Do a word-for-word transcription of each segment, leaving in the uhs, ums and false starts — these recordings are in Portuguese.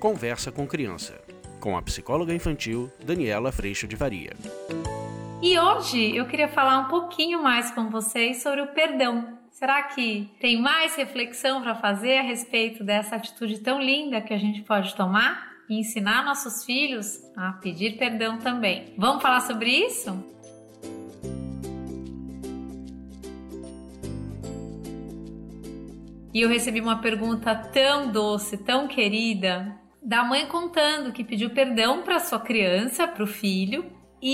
Conversa com Criança, com a psicóloga infantil Daniela Freixo de Varia. E hoje eu queria falar um pouquinho mais com vocês sobre o perdão. Será que tem mais reflexão para fazer a respeito dessa atitude tão linda que a gente pode tomar e ensinar nossos filhos a pedir perdão também? Vamos falar sobre isso? E eu recebi uma pergunta tão doce, tão querida, da mãe contando que pediu perdão para sua criança, para o filho,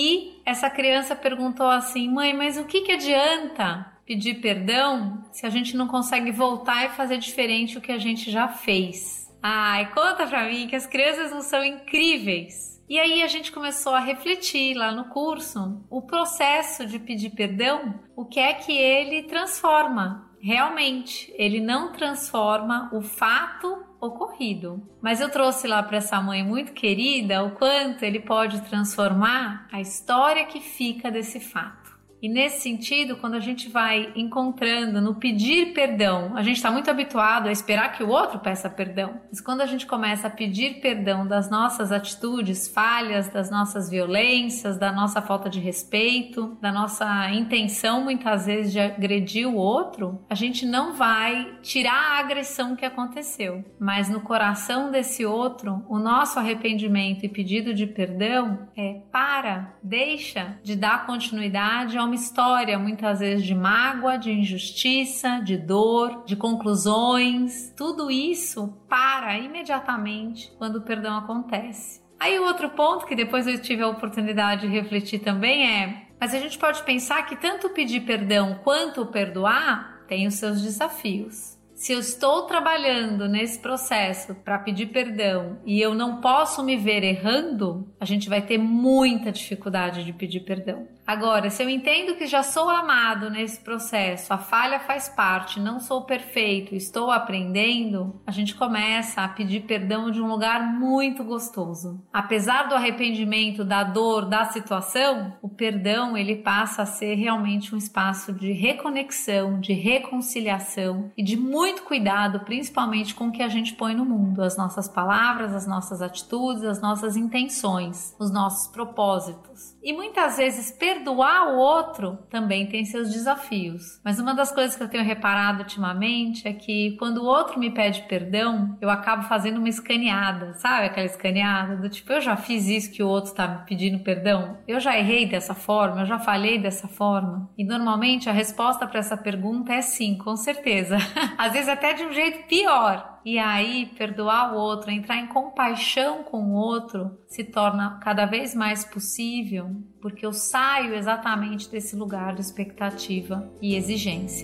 e essa criança perguntou assim: mãe, mas o que, que adianta pedir perdão se a gente não consegue voltar e fazer diferente o que a gente já fez? Ai, conta pra mim que as crianças não são incríveis. E aí a gente começou a refletir lá no curso o processo de pedir perdão, o que é que ele transforma. Realmente, ele não transforma o fato ocorrido. Mas eu trouxe lá para essa mãe muito querida o quanto ele pode transformar a história que fica desse fato. E nesse sentido, quando a gente vai encontrando no pedir perdão, a gente está muito habituado a esperar que o outro peça perdão. Mas quando a gente começa a pedir perdão das nossas atitudes falhas, das nossas violências, da nossa falta de respeito, da nossa intenção muitas vezes de agredir o outro, a gente não vai tirar a agressão que aconteceu. Mas no coração desse outro, o nosso arrependimento e pedido de perdão é: para, deixa de dar continuidade ao uma história muitas vezes de mágoa, de injustiça, de dor, de conclusões. Tudo isso para imediatamente quando o perdão acontece. Aí o outro ponto que depois eu tive a oportunidade de refletir também é: mas a gente pode pensar que tanto pedir perdão quanto perdoar tem os seus desafios. Se eu estou trabalhando nesse processo para pedir perdão e eu não posso me ver errando, a gente vai ter muita dificuldade de pedir perdão. Agora, se eu entendo que já sou amado nesse processo, a falha faz parte, não sou perfeito, estou aprendendo, a gente começa a pedir perdão de um lugar muito gostoso. Apesar do arrependimento, da dor, da situação, o perdão ele passa a ser realmente um espaço de reconexão, de reconciliação e de muito muito cuidado, principalmente com o que a gente põe no mundo, as nossas palavras, as nossas atitudes, as nossas intenções, os nossos propósitos. E muitas vezes perdoar o outro também tem seus desafios. Mas uma das coisas que eu tenho reparado ultimamente é que quando o outro me pede perdão, eu acabo fazendo uma escaneada, sabe aquela escaneada do tipo: eu já fiz isso que o outro está me pedindo perdão? Eu já errei dessa forma? Eu já falhei dessa forma? E normalmente a resposta para essa pergunta é sim, com certeza. Às vezes até de um jeito pior. E aí, perdoar o outro, entrar em compaixão com o outro, se torna cada vez mais possível, porque eu saio exatamente desse lugar de expectativa e exigência.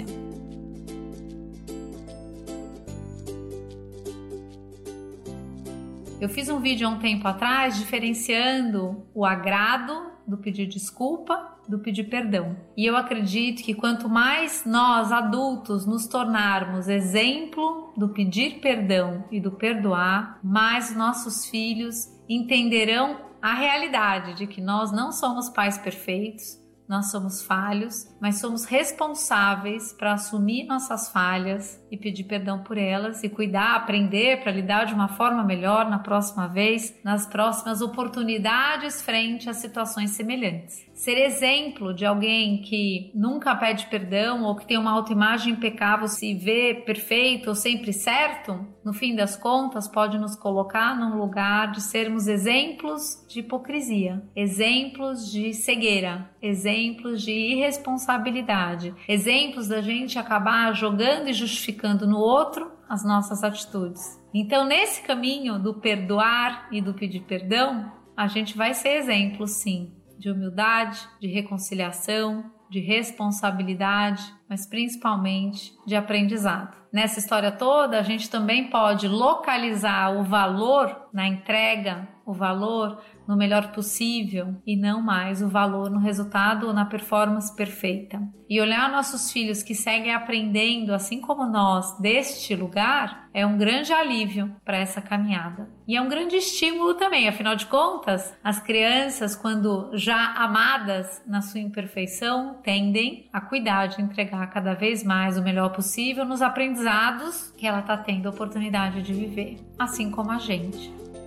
Eu fiz um vídeo há um tempo atrás diferenciando o agrado do pedir desculpa do pedir perdão. E eu acredito que quanto mais nós adultos nos tornarmos exemplo do pedir perdão e do perdoar, mais nossos filhos entenderão a realidade de que nós não somos pais perfeitos, nós somos falhos, mas somos responsáveis para assumir nossas falhas e pedir perdão por elas e cuidar, aprender para lidar de uma forma melhor na próxima vez, nas próximas oportunidades frente a situações semelhantes. Ser exemplo de alguém que nunca pede perdão ou que tem uma autoimagem impecável, se vê perfeito ou sempre certo, no fim das contas pode nos colocar num lugar de sermos exemplos de hipocrisia, exemplos de cegueira, exemplos de irresponsabilidade, exemplos da gente acabar jogando e justificando no outro as nossas atitudes. Então, nesse caminho do perdoar e do pedir perdão, a gente vai ser exemplo, sim, de humildade, de reconciliação, de responsabilidade, mas principalmente de aprendizado. Nessa história toda, a gente também pode localizar o valor na entrega, o valor no melhor possível e não mais o valor no resultado ou na performance perfeita. E olhar nossos filhos que seguem aprendendo, assim como nós, deste lugar, é um grande alívio para essa caminhada. E é um grande estímulo também, afinal de contas, as crianças, quando já amadas na sua imperfeição, tendem a cuidar de entregar cada vez mais o melhor possível nos aprendizados que ela está tendo a oportunidade de viver, assim como a gente.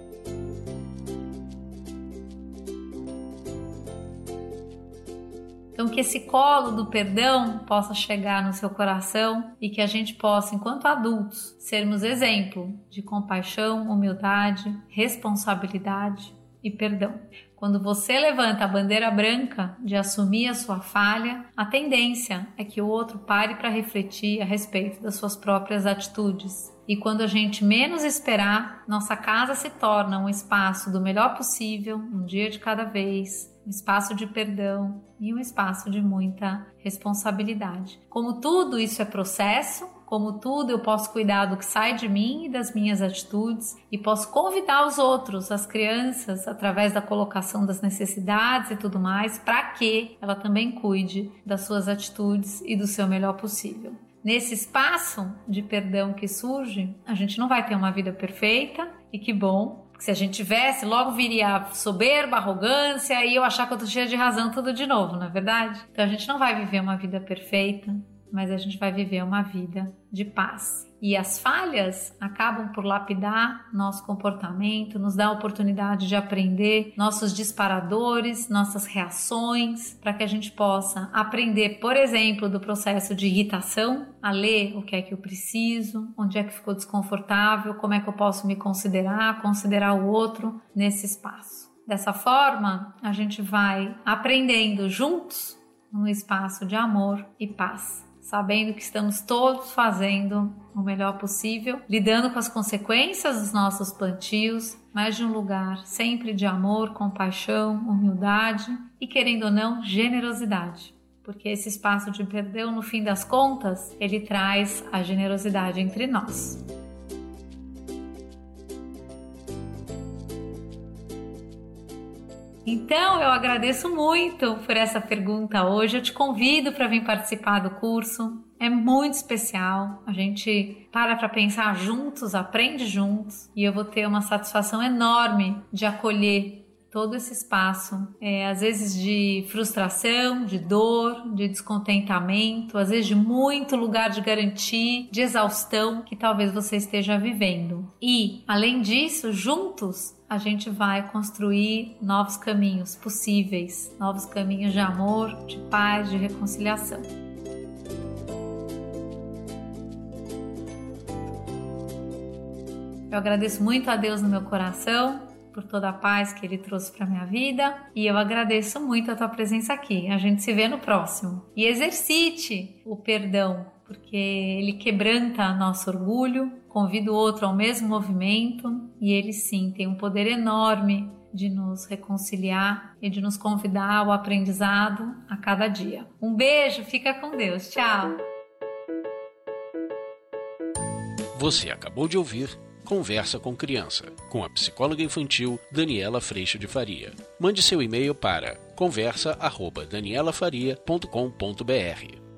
Então, que esse colo do perdão possa chegar no seu coração e que a gente possa, enquanto adultos, sermos exemplo de compaixão, humildade, responsabilidade e perdão. Quando você levanta a bandeira branca de assumir a sua falha, a tendência é que o outro pare para refletir a respeito das suas próprias atitudes. E quando a gente menos esperar, nossa casa se torna um espaço do melhor possível, um dia de cada vez, um espaço de perdão e um espaço de muita responsabilidade. Como tudo isso é processo, como tudo eu posso cuidar do que sai de mim e das minhas atitudes e posso convidar os outros, as crianças, através da colocação das necessidades e tudo mais, para que ela também cuide das suas atitudes e do seu melhor possível. Nesse espaço de perdão que surge, a gente não vai ter uma vida perfeita, e que bom. Se a gente tivesse, logo viria a soberba, a arrogância e eu achar que eu tô cheia de razão tudo de novo, não é verdade? Então a gente não vai viver uma vida perfeita, mas a gente vai viver uma vida de paz. E as falhas acabam por lapidar nosso comportamento, nos dá a oportunidade de aprender nossos disparadores, nossas reações, para que a gente possa aprender, por exemplo, do processo de irritação, a ler o que é que eu preciso, onde é que ficou desconfortável, como é que eu posso me considerar, considerar o outro nesse espaço. Dessa forma, a gente vai aprendendo juntos num espaço de amor e paz, sabendo que estamos todos fazendo o melhor possível, lidando com as consequências dos nossos plantios, mas de um lugar sempre de amor, compaixão, humildade e, querendo ou não, generosidade. Porque esse espaço de perdão, no fim das contas, ele traz a generosidade entre nós. Então, eu agradeço muito por essa pergunta hoje. Eu te convido para vir participar do curso. É muito especial. A gente para para pensar juntos, aprende juntos. E eu vou ter uma satisfação enorme de acolher todo esse espaço. É, às vezes de frustração, de dor, de descontentamento, às vezes de muito lugar de garantir, de exaustão que talvez você esteja vivendo. E, além disso, juntos, a gente vai construir novos caminhos possíveis, novos caminhos de amor, de paz, de reconciliação. Eu agradeço muito a Deus no meu coração por toda a paz que Ele trouxe para minha vida e eu agradeço muito a tua presença aqui. A gente se vê no próximo. E exercite o perdão, porque ele quebranta nosso orgulho, convida o outro ao mesmo movimento e ele sim tem um poder enorme de nos reconciliar e de nos convidar ao aprendizado a cada dia. Um beijo, fica com Deus. Tchau! Você acabou de ouvir Conversa com Criança, com a psicóloga infantil Daniela Freixo de Faria. Mande seu e-mail para conversa arroba daniela faria ponto com ponto br.